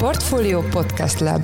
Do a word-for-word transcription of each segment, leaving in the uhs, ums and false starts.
Portfolio Podcast Lab.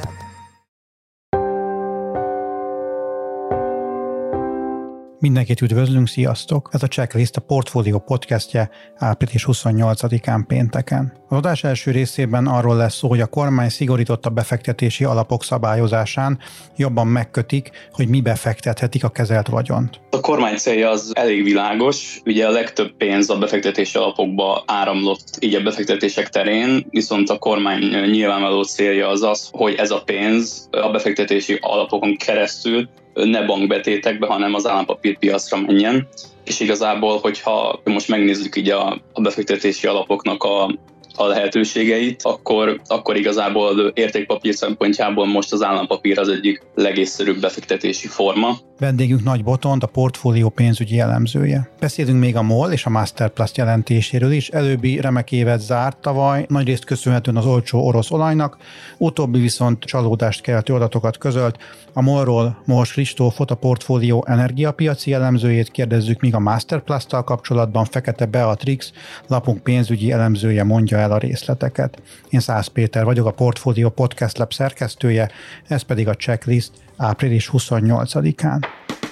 Mindenkit üdvözlünk, sziasztok! Ez a Checklist a Portfolio podcastje április huszonnyolcadikán pénteken. Az adás első részében arról lesz szó, hogy a kormány szigorított befektetési alapok szabályozásán, jobban megkötik, hogy mi befektethetik a kezelt vagyont. A kormány célja az elég világos, ugye a legtöbb pénz a befektetési alapokba áramlott így a befektetések terén, viszont a kormány nyilvánvaló célja az az, hogy ez a pénz a befektetési alapokon keresztül ne bankbetétekbe, hanem az állampapírpiacra menjen. És igazából, hogyha most megnézzük így a, a befektetési alapoknak a, a lehetőségeit, akkor, akkor igazából értékpapír szempontjából most az állampapír az egyik legészszerűbb befektetési forma. Vendégünk Nagy Botond, a Portfolio pénzügyi elemzője. Beszélünk még a MOL és a Masterplast jelentéséről is. Előbbi remek évet zárt tavaly, nagyrészt köszönhetően az olcsó orosz olajnak, utóbbi viszont csalódást keltő adatokat közölt. A MOL-ról Mors Kristófot, a Portfolio energiapiaci elemzőjét kérdezzük, míg a Masterplast-tal kapcsolatban Fekete Beatrix, lapunk pénzügyi elemzője mondja el a részleteket. Én Szász Péter vagyok, a Portfolio Podcast Lab szerkesztője, ez pedig a Checklist április huszonnyolcadikán.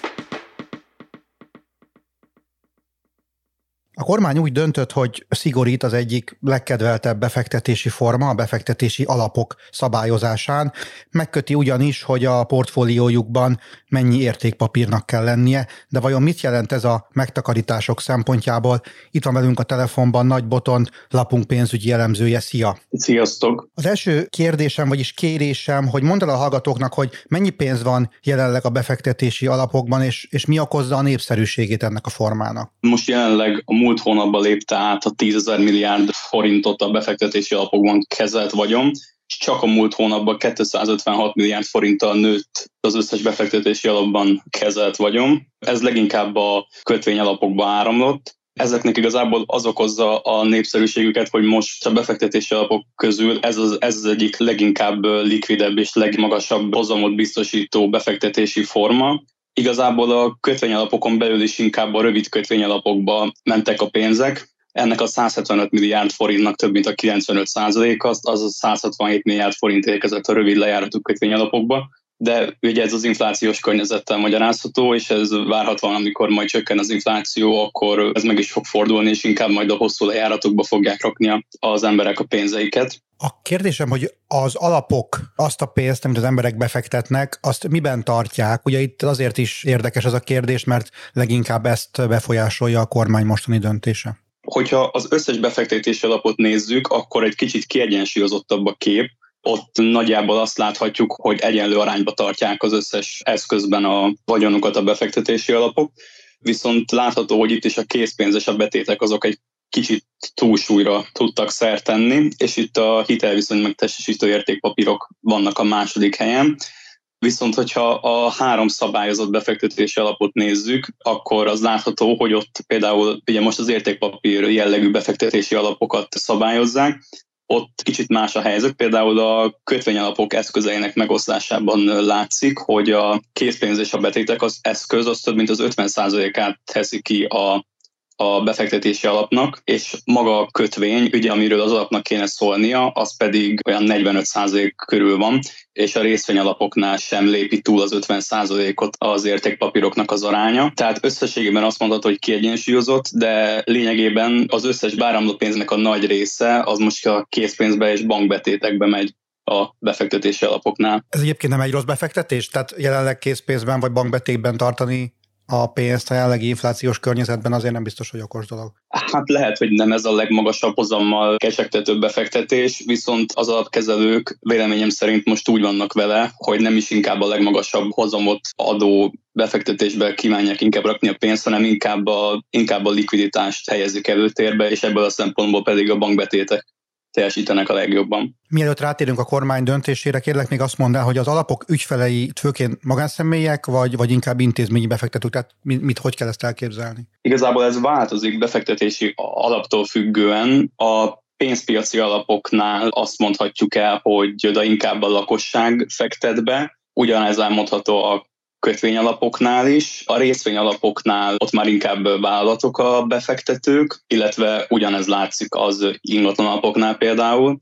A kormány úgy döntött, hogy szigorít az egyik legkedveltebb befektetési forma, a befektetési alapok szabályozásán. Megköti ugyanis, hogy a portfóliójukban mennyi értékpapírnak kell lennie, de vajon mit jelent ez a megtakarítások szempontjából? Itt van velünk a telefonban Nagy Botond, lapunk pénzügyi elemzője. Szia! Sziasztok! Az első kérdésem, vagyis kérésem, hogy mondd el a hallgatóknak, hogy mennyi pénz van jelenleg a befektetési alapokban, és, és mi okozza a népszerűségét ennek a formának? Most jelenleg a múlt hónapban lépte át a tízezer milliárd forintot a befektetési alapokban kezelt vagyon, és csak a múlt hónapban kétszázötvenhat milliárd forinttal nőtt az összes befektetési alapban kezelt vagyon. Ez leginkább a kötvényalapokba áramlott. Ezeknek igazából az okozza a népszerűségüket, hogy most a befektetési alapok közül ez az, ez az egyik leginkább likvidebb és legmagasabb hozamot biztosító befektetési forma. Igazából a kötvényalapokon belül is inkább a rövid kötvényalapokba mentek a pénzek. Ennek a százhetvenöt milliárd forintnak több mint a kilencvenöt százaléka, azaz százhatvanhét milliárd forint érkezett a rövid lejáratú kötvényalapokba. De ugye ez az inflációs környezettel magyarázható, és ez várhatóan, amikor majd csökken az infláció, akkor ez meg is fog fordulni, és inkább majd a hosszú lejáratokba fogják rakni az emberek a pénzeiket. A kérdésem, hogy az alapok azt a pénzt, amit az emberek befektetnek, azt miben tartják? Ugye itt azért is érdekes ez a kérdés, mert leginkább ezt befolyásolja a kormány mostani döntése. Hogyha az összes befektetési alapot nézzük, akkor egy kicsit kiegyensúlyozottabb a kép. Ott nagyjából azt láthatjuk, hogy egyenlő arányba tartják az összes eszközben a vagyonukat a befektetési alapok, viszont látható, hogy itt is a készpénz és a betétek azok egy kicsit túlsúlyra tudtak szert tenni, és itt a hitelviszony megtestesítő értékpapírok vannak a második helyen. Viszont, hogyha a három szabályozott befektetési alapot nézzük, akkor az látható, hogy ott például ugye most az értékpapír jellegű befektetési alapokat szabályozzák, ott kicsit más a helyzet, például a kötvényalapok eszközeinek megoszlásában látszik, hogy a készpénz és a betétek az eszköz az több mint az ötven százalékát teszi ki a a befektetési alapnak, és maga a kötvény, ugye amiről az alapnak kéne szólnia, az pedig olyan negyvenöt százalék körül van, és a részvényalapoknál sem lépi túl az ötven százalékot az értékpapíroknak az aránya. Tehát összességében azt mondható, hogy kiegyensúlyozott, de lényegében az összes beáramló pénznek a nagy része az most a készpénzbe és bankbetétekbe megy a befektetési alapoknál. Ez egyébként nem egy rossz befektetés? Tehát jelenleg készpénzben vagy bankbetétben tartani a pénzt a jelenlegi inflációs környezetben azért nem biztos, hogy okos dolog. Hát lehet, hogy nem ez a legmagasabb hozammal kecsegtető befektetés, viszont az alapkezelők véleményem szerint most úgy vannak vele, hogy nem is inkább a legmagasabb hozamot adó befektetésbe kívánják inkább rakni a pénzt, hanem inkább a, inkább a likviditást helyezik előtérbe, és ebből a szempontból pedig a bankbetétek teljesítenek a legjobban. Mielőtt rátérünk a kormány döntésére, kérlek még azt mondd el, hogy az alapok ügyfelei főként magánszemélyek, vagy, vagy inkább intézményi befektetők, tehát mit, mit, hogy kell ezt elképzelni? Igazából ez változik befektetési alaptól függően. A pénzpiaci alapoknál azt mondhatjuk el, hogy de inkább a lakosság fektet be, ugyanez elmondható a kötvényalapoknál is. A részvényalapoknál ott már inkább vállalatok a befektetők, illetve ugyanez látszik az ingatlanalapoknál például.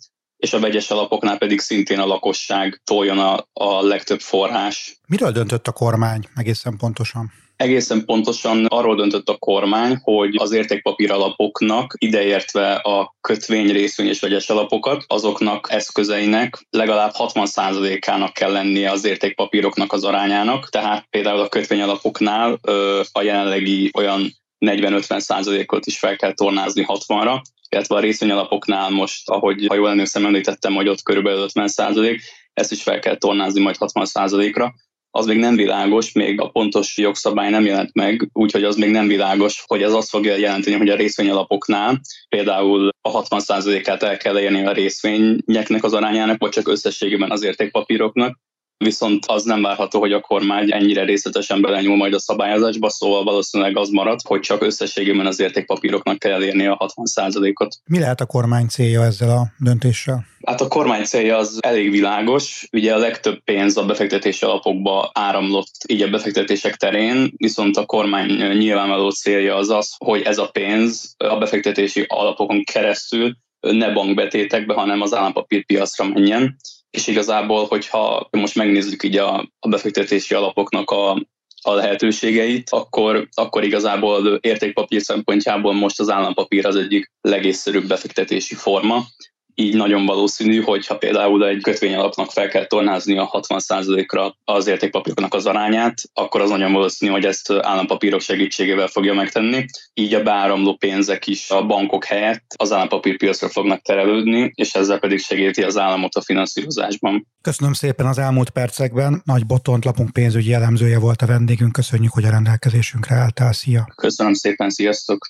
és a vegyes alapoknál pedig szintén a lakosság toljon a, a legtöbb forrás. Miről döntött a kormány egészen pontosan? Egészen pontosan arról döntött a kormány, hogy az értékpapír alapoknak, ideértve a kötvény, részvény és vegyes alapokat, azoknak eszközeinek legalább hatvan százalékának kell lennie az értékpapíroknak az arányának. Tehát például a kötvény alapoknál a jelenlegi olyan negyven-ötven százalékot is fel kell tornázni hatvanra, illetve a részvényalapoknál most, ahogy ha jól emlékszem, említettem, hogy ott körülbelül ötven százalék, ezt is fel kell tornázni majd hatvan százalékra. Az még nem világos, még a pontos jogszabály nem jelent meg, úgyhogy az még nem világos, hogy ez azt fogja jelenteni, hogy a részvényalapoknál például a hatvan százalékát el kell érni a részvényeknek az arányának, vagy csak összességében az értékpapíroknak. Viszont az nem várható, hogy a kormány ennyire részletesen belenyúl majd a szabályozásba, szóval valószínűleg az marad, hogy csak összességében az értékpapíroknak kell elérni a hatvan százalékot. Mi lehet a kormány célja ezzel a döntéssel? Hát a kormány célja az elég világos. Ugye a legtöbb pénz a befektetési alapokba áramlott így a befektetések terén, viszont a kormány nyilvánvaló célja az az, hogy ez a pénz a befektetési alapokon keresztül ne bankbetétekbe, hanem az állampapírpiacra menjen. És igazából, hogyha most megnézzük így a, a befektetési alapoknak a, a lehetőségeit, akkor, akkor igazából értékpapír szempontjából most az állampapír az egyik legészszerűbb befektetési forma. Így nagyon valószínű, hogy ha például egy kötvényalapnak fel kell tornázni a hatvan százalékra az értékpapíroknak az arányát, akkor az nagyon valószínű, hogy ezt állampapírok segítségével fogja megtenni. Így a beáramló pénzek is a bankok helyett az állampapírpiacra fognak terelődni, és ezzel pedig segíti az államot a finanszírozásban. Köszönöm szépen az elmúlt percekben. Nagy Botont, lapunk pénzügyi elemzője volt a vendégünk. Köszönjük, hogy a rendelkezésünkre álltál. Szia! Köszönöm szépen, sziasztok!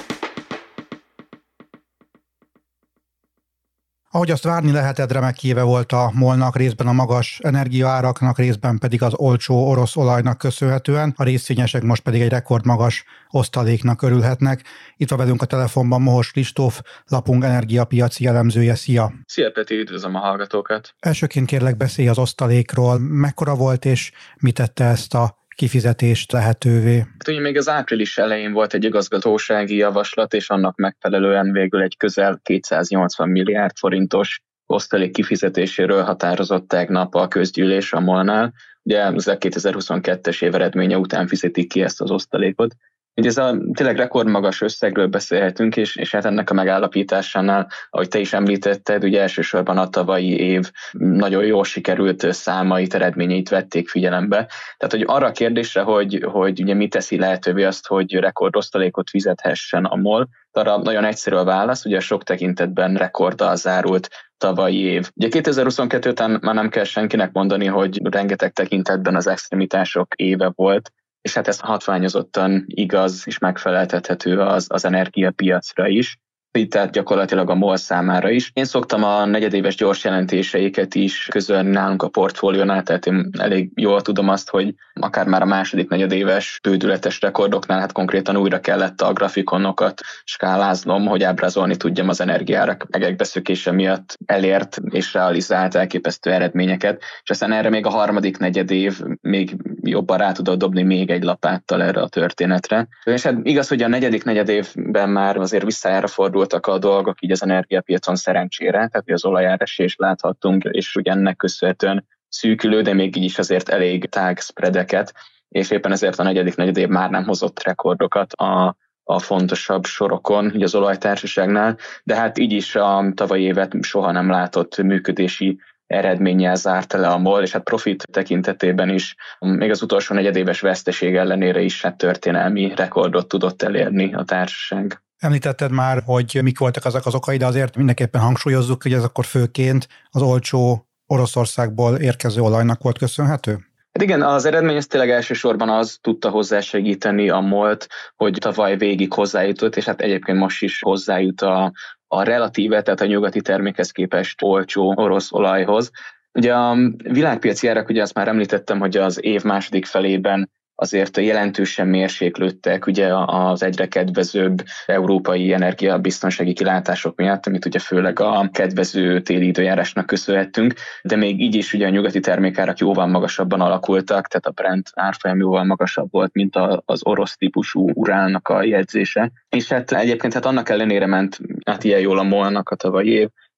Ahogy azt várni lehetett, remek éve volt a MOL-nak, részben a magas energiaáraknak, részben pedig az olcsó orosz olajnak köszönhetően, a részvényesek most pedig egy rekordmagas osztaléknak örülhetnek. Itt van velünk a telefonban Mohos Kristóf, lapunk energiapiaci elemzője. Szia! Szia Peti, üdvözlöm a hallgatókat! Elsőként kérlek, beszélj az osztalékról, mekkora volt és mit tette ezt a kifizetést lehetővé? Hát ugye még az április elején volt egy igazgatósági javaslat, és annak megfelelően végül egy közel kétszáznyolcvan milliárd forintos osztalék kifizetéséről határozott tegnap a közgyűlés a MOL-nál. Ugye ez a kétezer-huszonkettes év eredménye után fizetik ki ezt az osztalékot. Ugye ez a tényleg rekordmagas összegről beszélhetünk, és, és hát ennek a megállapításánál, ahogy te is említetted, ugye elsősorban a tavalyi év nagyon jól sikerült számait, eredményeit vették figyelembe. Tehát, hogy arra a kérdésre, hogy, hogy ugye mi teszi lehetővé azt, hogy rekordosztalékot fizethessen a MOL, arra nagyon egyszerű a válasz, ugye sok tekintetben rekorddal zárult tavalyi év. Ugye kétezer-huszonkettő után már nem kell senkinek mondani, hogy rengeteg tekintetben az extremitások éve volt, és hát ez hatványozottan igaz és megfeleltethető az, az energiapiacra is, így tehát gyakorlatilag a MOL számára is. Én szoktam a negyedéves gyors jelentéseiket is közölni nálunk a portfóliónál, tehát én elég jól tudom azt, hogy akár már a második negyedéves bődületes rekordoknál hát konkrétan újra kellett a grafikonokat skáláznom, hogy ábrázolni tudjam az energiárak megbeszökése miatt elért és realizált elképesztő eredményeket, és aztán erre még a harmadik negyedév még jobban rá tudod dobni még egy lapáttal erre a történetre. És hát igaz, hogy a negyedik negyedévben már azért visszájára fordultak a dolgok így az energiapiacon szerencsére, tehát az olajáresést láthattunk, és ugye ennek köszönhetően szűkülő, de még így is azért elég tág spreadeket, és éppen ezért a negyedik negyedév már nem hozott rekordokat a a fontosabb sorokon, így az olajtársaságnál, de hát így is a tavalyi évet soha nem látott működési eredménnyel zárta le a MOL, és hát profit tekintetében is, még az utolsó negyedéves veszteség ellenére is hát történelmi rekordot tudott elérni a társaság. Említetted már, hogy mik voltak azok az okai, de azért mindenképpen hangsúlyozzuk, hogy ez akkor főként az olcsó Oroszországból érkező olajnak volt köszönhető? Hát igen, az eredmény az tényleg elsősorban az tudta hozzásegíteni a MOL-t, hogy tavaly végig hozzájutott, és hát egyébként most is hozzájut a, a relatíve, tehát a nyugati termékhez képest olcsó orosz olajhoz. Ugye a világpiaci árak, ugye azt már említettem, hogy az év második felében azért jelentősen mérséklődtek ugye az egyre kedvezőbb európai energiabiztonsági kilátások miatt, amit ugye főleg a kedvező téli időjárásnak köszönhetünk, de még így is ugye a nyugati termékárak jóval magasabban alakultak, tehát a Brent árfolyam jóval magasabb volt, mint az orosz típusú uránnak a jegyzése. És hát egyébként hát annak ellenére ment hát ilyen jól a MOL-nak a tavalyi év,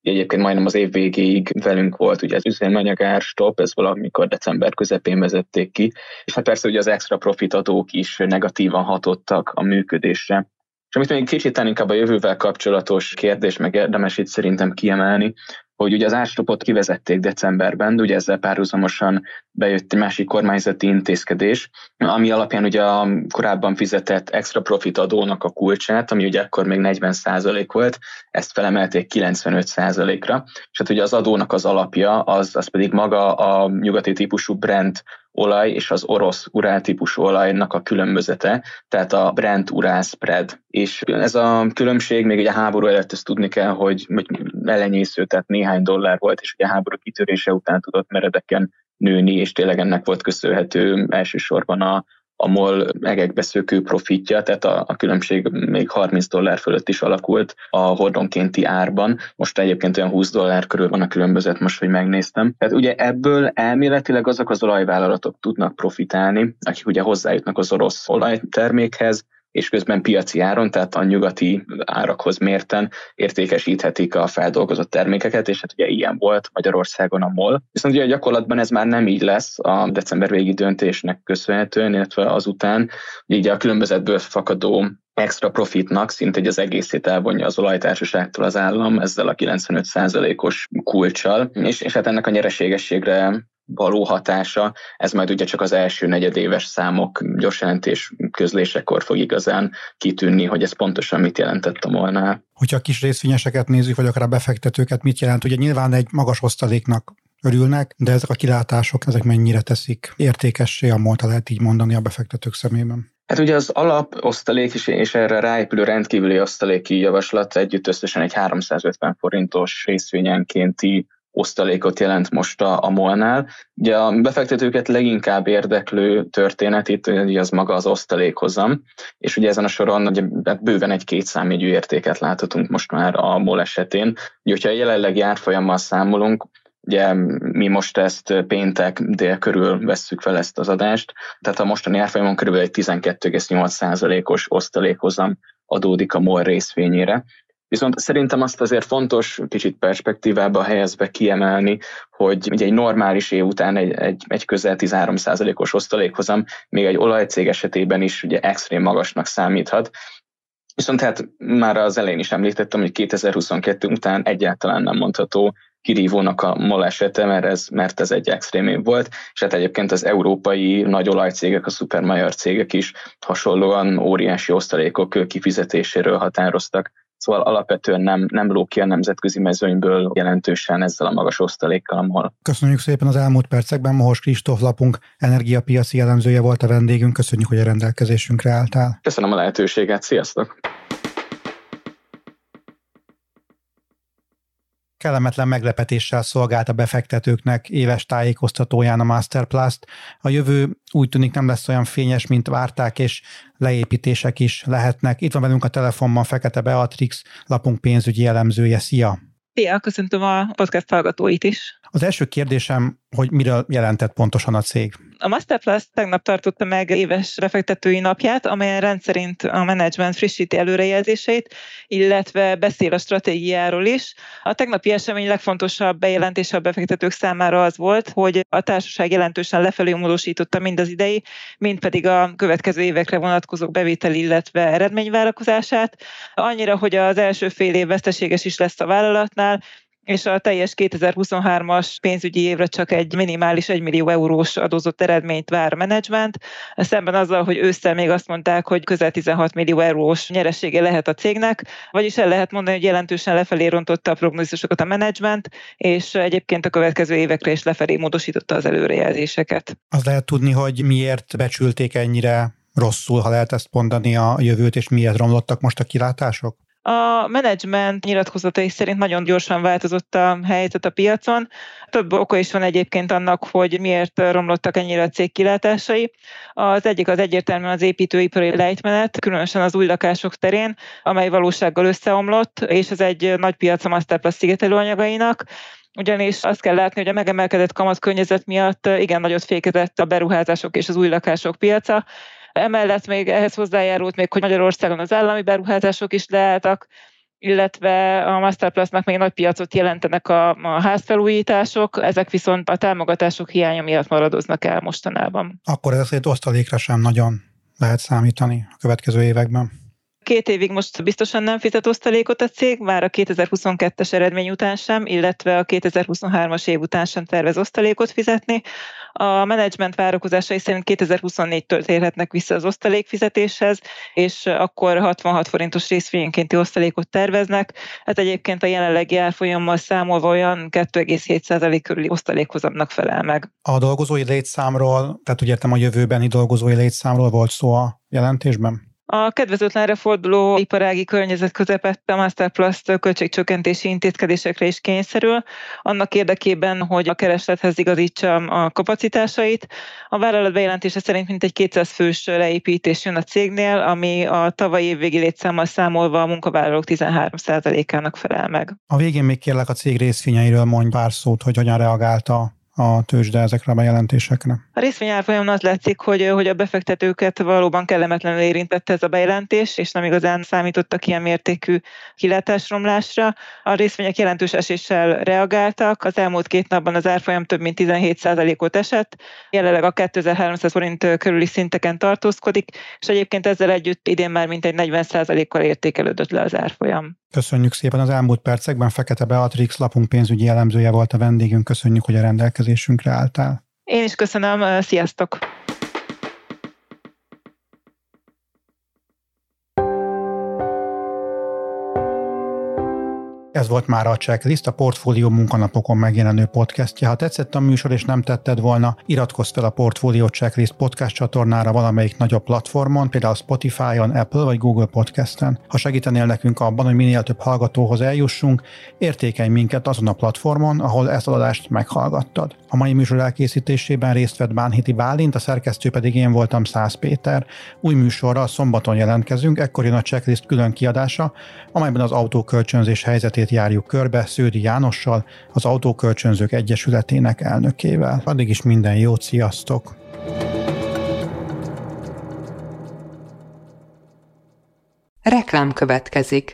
Egyébként majdnem az év végéig velünk volt ugye az üzemanyag árstop, ez valamikor december közepén vezették ki, és hát persze ugye az extra profit adók is negatívan hatottak a működésre. És amit még kicsit inkább a jövővel kapcsolatos kérdés, meg érdemes itt szerintem kiemelni, hogy ugye az árstopot kivezették decemberben, de ugye ezzel párhuzamosan bejött egy másik kormányzati intézkedés, ami alapján ugye a korábban fizetett extra profit adónak a kulcsát, ami ugye akkor még negyven százalék volt, ezt felemelték kilencvenöt százalékra, és hát ugye az adónak az alapja, az, az pedig maga a nyugati típusú Brent olaj és az orosz urál típusú olajnak a különbözete, tehát a Brent-urál spread. És ez a különbség még ugye a háború előtt ezt tudni kell, hogy, hogy ellenyésző, tehát néhány dollár volt, és ugye a háború kitörése után tudott meredeken nőni, és tényleg ennek volt köszönhető elsősorban a, a MOL egekbeszökő profitja, tehát a, a különbség még harminc dollár fölött is alakult a hordonkénti árban. Most egyébként olyan húsz dollár körül van a különbözet, most, hogy megnéztem. Tehát ugye ebből elméletileg azok az olajvállalatok tudnak profitálni, akik ugye hozzájutnak az orosz olajtermékhez, és közben piaci áron, tehát a nyugati árakhoz mérten értékesíthetik a feldolgozott termékeket, és hát ugye ilyen volt Magyarországon a MOL. Viszont ugye gyakorlatban ez már nem így lesz a december végi döntésnek köszönhetően, illetve azután, ugye a különbözetből fakadó extra profitnak szinte az egészét elvonja az olajtársaságtól az állam ezzel a kilencvenöt százalékos kulccsal, és, és hát ennek a nyereségességre való hatása, ez majd ugye csak az első negyedéves számok gyors jelentés közlésekor fog igazán kitűnni, hogy ez pontosan mit jelentett a MOL-nál. Hogyha a kis részvényeseket nézzük, vagy akár a befektetőket, mit jelent? Ugye nyilván egy magas osztaléknak örülnek, de ezek a kilátások, ezek mennyire teszik értékessé a MOL-t, lehet így mondani a befektetők szemében? Hát ugye az alaposztalék is, és erre ráépülő rendkívüli osztaléki javaslat együtt összesen egy háromszázötven forintos részvényenkénti osztalékot jelent most a, a MOL-nál. Ugye a befektetőket leginkább érdeklő történet itt ugye az maga az osztalékhozam, és ugye ezen a soron ugye bőven egy kétszámjegyű értéket láthatunk most már a MOL esetén. Ugye, hogyha a jelenlegi árfolyammal számolunk, ugye mi most ezt péntek dél körül vesszük fel ezt az adást, tehát a mostani árfolyamon körülbelül egy tizenkettő egész nyolc százalékos osztalékhozam adódik a MOL részvényére. Viszont szerintem azt azért fontos kicsit perspektívába helyezve kiemelni, hogy ugye egy normális év után egy, egy, egy közel tizenhárom százalékos osztalékhozam még egy olajcég esetében is ugye extrém magasnak számíthat. Viszont hát már az elején is említettem, hogy kétezer-huszonkettő után egyáltalán nem mondható kirívónak a MOL esete, mert ez, mert ez egy extrém év volt, és hát egyébként az európai nagy olajcégek, a szupermajor cégek is hasonlóan óriási osztalékok kifizetéséről határoztak. Szóval alapvetően nem, nem lóg ki a nemzetközi mezőnyből jelentősen ezzel a magas osztalékkal a MOL. Köszönjük szépen az elmúlt percekben. Mohos Kristóf lapunk energiapiaci elemzője volt a vendégünk. Köszönjük, hogy a rendelkezésünkre álltál. Köszönöm a lehetőséget. Sziasztok! Kellemetlen meglepetéssel szolgált a befektetőknek éves tájékoztatóján a Masterplast. A jövő úgy tűnik nem lesz olyan fényes, mint várták, és leépítések is lehetnek. Itt van velünk a telefonban Fekete Beatrix, lapunk pénzügyi elemzője. Szia! Szia, köszöntöm a podcast hallgatóit is. Az első kérdésem, hogy miről jelentett pontosan a cég? A Masterplast tegnap tartotta meg éves befektetői napját, amelyen rendszerint a menedzsment frissíti előrejelzéseit, illetve beszél a stratégiáról is. A tegnapi esemény legfontosabb bejelentése a befektetők számára az volt, hogy a társaság jelentősen lefelé módosította mind az idei, mind pedig a következő évekre vonatkozó bevétel, illetve eredményvárakozását. Annyira, hogy az első fél év veszteséges is lesz a vállalatnál, és a teljes kétezer-huszonhármas pénzügyi évre csak egy minimális egymillió eurós adózott eredményt vár a menedzsment, szemben azzal, hogy ősszel még azt mondták, hogy közel tizenhat millió eurós nyeresége lehet a cégnek, vagyis el lehet mondani, hogy jelentősen lefelé rontotta a prognózisokat a menedzsment, és egyébként a következő évekre is lefelé módosította az előrejelzéseket. Az lehet tudni, hogy miért becsülték ennyire rosszul, ha lehet ezt mondani, a jövőt, és miért romlottak most a kilátások? A menedzsment nyilatkozatai szerint nagyon gyorsan változott a helyzet a piacon. Több oka is van egyébként annak, hogy miért romlottak ennyire a cég kilátásai. Az egyik az egyértelműen az építőipari lejtmenet, különösen az új lakások terén, amely valósággal összeomlott, és ez egy nagy piac a Masterplast szigetelőanyagainak. Ugyanis azt kell látni, hogy a megemelkedett kamatkörnyezet miatt igen nagyot fékezett a beruházások és az új lakások piaca. Emellett még ehhez hozzájárult még, hogy Magyarországon az állami beruházások is leálltak, illetve a Masterplastnak még nagy piacot jelentenek a, a házfelújítások, ezek viszont a támogatások hiánya miatt maradoznak el mostanában. Akkor ezért osztalékra sem nagyon lehet számítani a következő években. Két évig most biztosan nem fizet osztalékot a cég, már a kétezer-huszonkettes eredmény után sem, illetve a kétezer-huszonhármas év után sem tervez osztalékot fizetni. A menedzsment várakozásai szerint kétezer-huszonnégytől térhetnek vissza az osztalékfizetéshez, és akkor hatvanhat forintos részvényenkénti osztalékot terveznek. Hát egyébként a jelenlegi árfolyammal számolva olyan kettő egész hét százalék körüli osztalékhozamnak felel meg. A dolgozói létszámról, tehát úgy értem a jövőbeni dolgozói létszámról volt szó a jelentésben? A kedvezőtlenre forduló iparági környezet közepette a Masterplast költségcsökkentési intézkedésekre is kényszerül, annak érdekében, hogy a kereslethez igazítsa a kapacitásait. A vállalat bejelentése szerint mintegy kétszáz fős leépítés jön a cégnél, ami a tavalyi évvégi létszámmal számolva a munkavállalók tizenhárom százalékának felel meg. A végén még kérlek a cég részvényeiről mondj pár szót, hogy hogyan reagálta a tőzsde ezekre a bejelentésekre. A részvényárfolyamon az látszik, hogy, hogy a befektetőket valóban kellemetlenül érintette ez a bejelentés, és nem igazán számítottak ilyen mértékű kilátásromlásra. A részvények jelentős eséssel reagáltak, az elmúlt két napban az árfolyam több mint tizenhét százalékot esett, jelenleg a kétezer-háromszáz forint körüli szinteken tartózkodik, és egyébként ezzel együtt idén már mintegy negyven százalékkal értékelődött le az árfolyam. Köszönjük szépen az elmúlt percekben. Fekete Beatrix, lapunk pénzügyi elemzője volt a vendégünk. Köszönjük, hogy a rendelkezésünkre álltál. Én is köszönöm, sziasztok! Ez volt már a Checklist, a Portfólió munkanapokon megjelenő podcastje. Ha tetszett a műsor és nem tetted volna, iratkozz fel a Portfólió Checklist podcast csatornára valamelyik nagyobb platformon, például Spotify-on, Apple vagy Google Podcasten. Ha segítenél nekünk abban, hogy minél több hallgatóhoz eljussunk, értékelj minket azon a platformon, ahol ezt az adást meghallgattad. A mai műsor elkészítésében részt vett Bánhiti Bálint, a szerkesztő pedig én voltam, Szász Péter. Új műsorral szombaton jelentkezünk, ekkor jön a Checklist külön kiadása, amelyben az autókölcsönzés helyzetét járjuk körbe Sződi Jánossal, az Autókölcsönzők Egyesületének elnökével. Addig is minden jót, sziasztok! Reklám következik.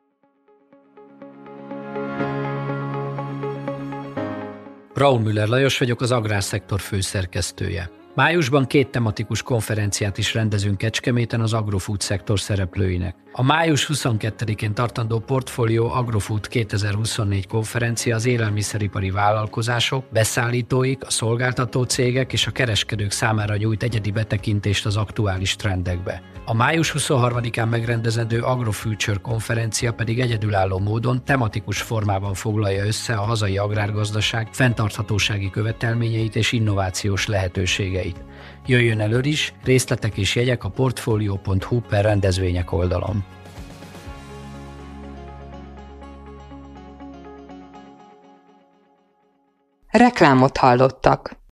Braun Müller Lajos vagyok, az Agrárszektor főszerkesztője. Májusban két tematikus konferenciát is rendezünk Kecskeméten az agrofood szektor szereplőinek. A május huszonkettedikén tartandó Portfolio Agrofood kétezer-huszonnégy konferencia az élelmiszeripari vállalkozások, beszállítóik, a szolgáltató cégek és a kereskedők számára nyújt egyedi betekintést az aktuális trendekbe. A május huszonharmadikán megrendezendő AgroFuture konferencia pedig egyedülálló módon tematikus formában foglalja össze a hazai agrárgazdaság fenntarthatósági követelményeit és innovációs lehetőségeit. Jöjjön elő is, részletek és jegyek a portfolio pont hu per rendezvények oldalon. Reklámot hallottak.